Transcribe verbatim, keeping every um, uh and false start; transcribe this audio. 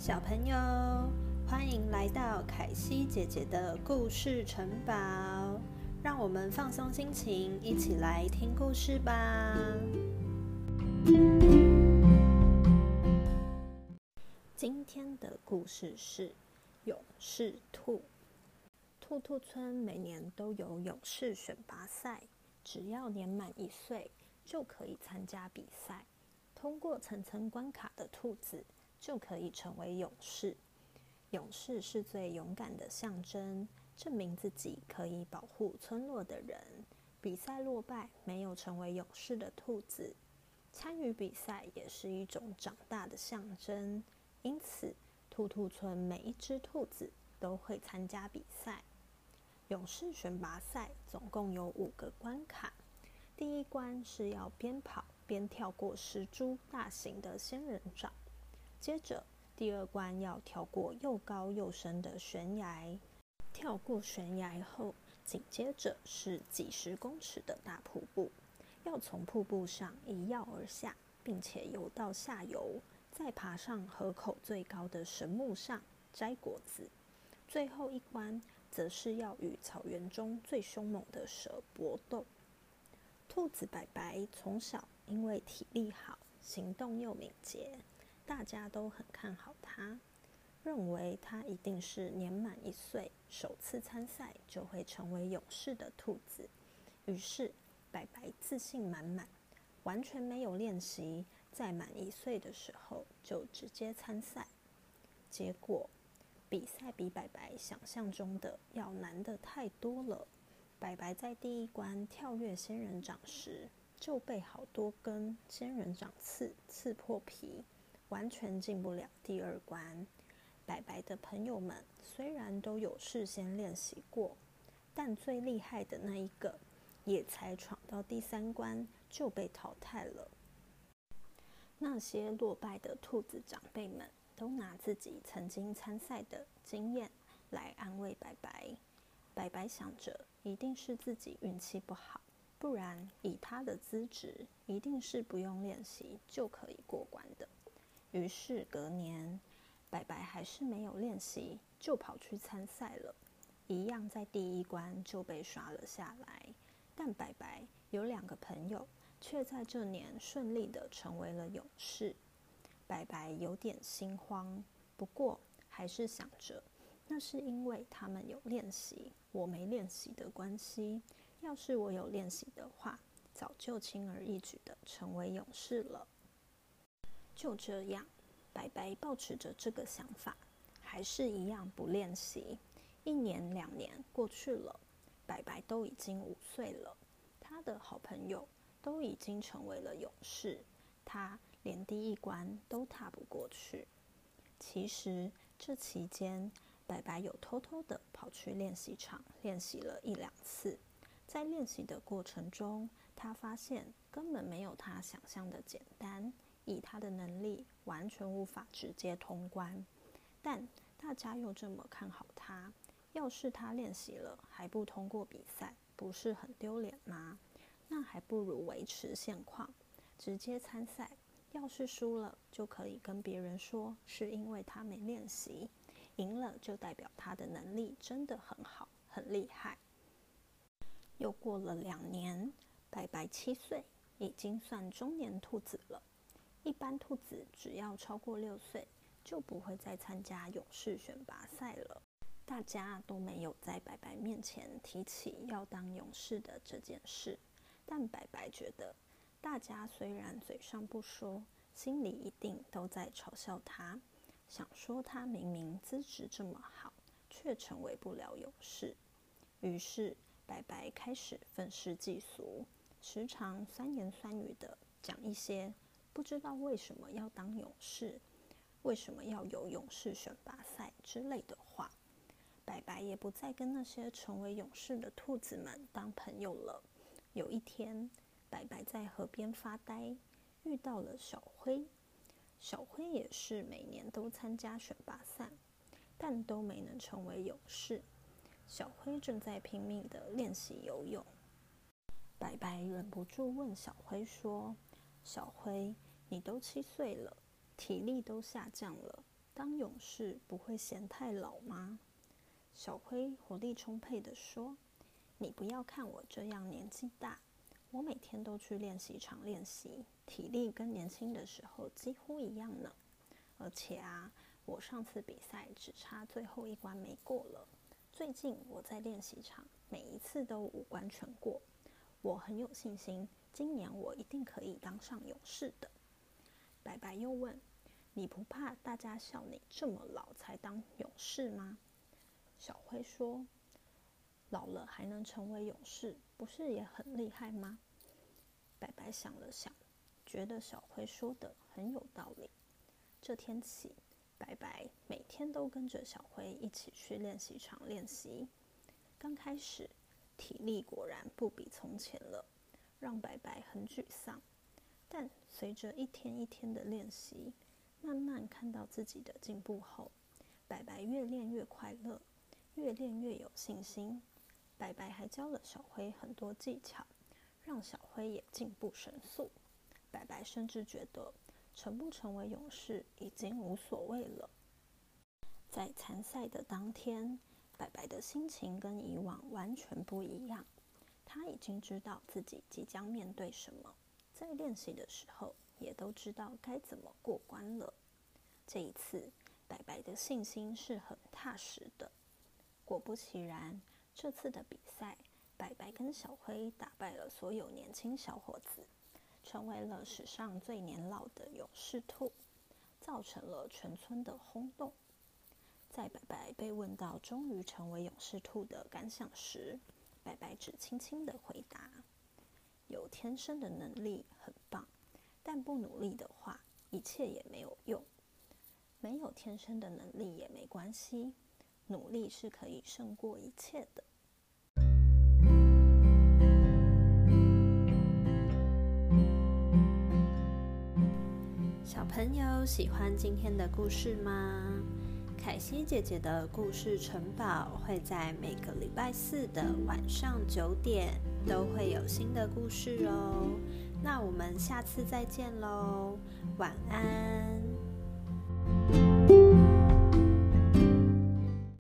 小朋友，欢迎来到凯西姐姐的故事城堡，让我们放松心情，一起来听故事吧。今天的故事是勇士兔。兔兔村每年都有勇士选拔赛，只要年满一岁就可以参加比赛。通过层层关卡的兔子就可以成为勇士。勇士是最勇敢的象征，证明自己可以保护村落的人。比赛落败没有成为勇士的兔子，参与比赛也是一种长大的象征。因此，兔兔村每一只兔子都会参加比赛。勇士选拔赛总共有五个关卡。第一关是要边跑边跳过十株大型的仙人掌，接着第二关要跳过又高又深的悬崖，跳过悬崖后，紧接着是几十公尺的大瀑布，要从瀑布上一跃而下，并且游到下游，再爬上河口最高的神木上摘果子。最后一关则是要与草原中最凶猛的蛇搏斗。兔子白白从小因为体力好，行动又敏捷，大家都很看好他，认为他一定是年满一岁，首次参赛就会成为勇士的兔子。于是白白自信满满，完全没有练习，在满一岁的时候就直接参赛。结果比赛比白白想象中的要难得太多了。白白在第一关跳跃仙人掌时，就被好多根仙人掌刺刺破皮，完全进不了第二关。白白的朋友们虽然都有事先练习过，但最厉害的那一个也才闯到第三关就被淘汰了。那些落败的兔子长辈们都拿自己曾经参赛的经验来安慰白白。白白想着一定是自己运气不好，不然以他的资质一定是不用练习就可以过关的。于是隔年白白还是没有练习就跑去参赛了，一样在第一关就被刷了下来。但白白有两个朋友却在这年顺利的成为了勇士。白白有点心慌，不过还是想着那是因为他们有练习，我没练习的关系。要是我有练习的话，早就轻而易举的成为勇士了。就这样，白白抱持着这个想法，还是一样不练习。一年两年过去了，白白都已经五岁了，他的好朋友都已经成为了勇士，他连第一关都踏不过去。其实这期间白白有偷偷的跑去练习场练习了一两次，在练习的过程中，他发现根本没有他想象的简单，以他的能力完全无法直接通关。但大家又这么看好他，要是他练习了还不通过比赛，不是很丢脸吗？那还不如维持现况，直接参赛。要是输了，就可以跟别人说是因为他没练习，赢了就代表他的能力真的很好，很厉害。又过了两年，白白七岁，已经算中年兔子了。一般兔子只要超过六岁，就不会再参加勇士选拔赛了。大家都没有在白白面前提起要当勇士的这件事，但白白觉得大家虽然嘴上不说，心里一定都在嘲笑他，想说他明明资质这么好，却成为不了勇士。于是白白开始愤世嫉俗，时常酸言酸语的讲一些不知道为什么要当勇士，为什么要有勇士选拔赛之类的话。白白也不再跟那些成为勇士的兔子们当朋友了。有一天，白白在河边发呆，遇到了小灰。小灰也是每年都参加选拔赛，但都没能成为勇士。小灰正在拼命地练习游泳。白白忍不住问小灰说：小灰，你都七岁了，体力都下降了， 当勇士不会嫌太老吗？小辉活力充沛地说，你不要看我这样年纪大，我每天都去练习场练习，体力跟年轻的时候几乎一样呢。而且啊，我上次比赛只差最后一关没过了。最近我在练习场每一次都五关全过，我很有信心，今年我一定可以当上勇士的。白白又问，你不怕大家笑你这么老才当勇士吗？小辉说，老了还能成为勇士，不是也很厉害吗？白白想了想，觉得小辉说的很有道理。这天起，白白每天都跟着小辉一起去练习场练习。刚开始，体力果然不比从前了，让白白很沮丧。但随着一天一天的练习，慢慢看到自己的进步后，白白越练越快乐，越练越有信心。白白还教了小辉很多技巧，让小辉也进步神速。白白甚至觉得成不成为勇士已经无所谓了。在参赛的当天，白白的心情跟以往完全不一样。他已经知道自己即将面对什么，在练习的时候也都知道该怎么过关了。这一次，白白的信心是很踏实的。果不其然，这次的比赛，白白跟小辉打败了所有年轻小伙子，成为了史上最年老的勇士兔，造成了全村的轰动。在白白被问到终于成为勇士兔的感想时，白白只轻轻地回答，有天生的能力很棒，但不努力的话，一切也没有用。没有天生的能力也没关系，努力是可以胜过一切的。小朋友喜欢今天的故事吗？凯西姐姐的故事城堡会在每个礼拜四的晚上九点都会有新的故事哦。那我们下次再见喽，晚安。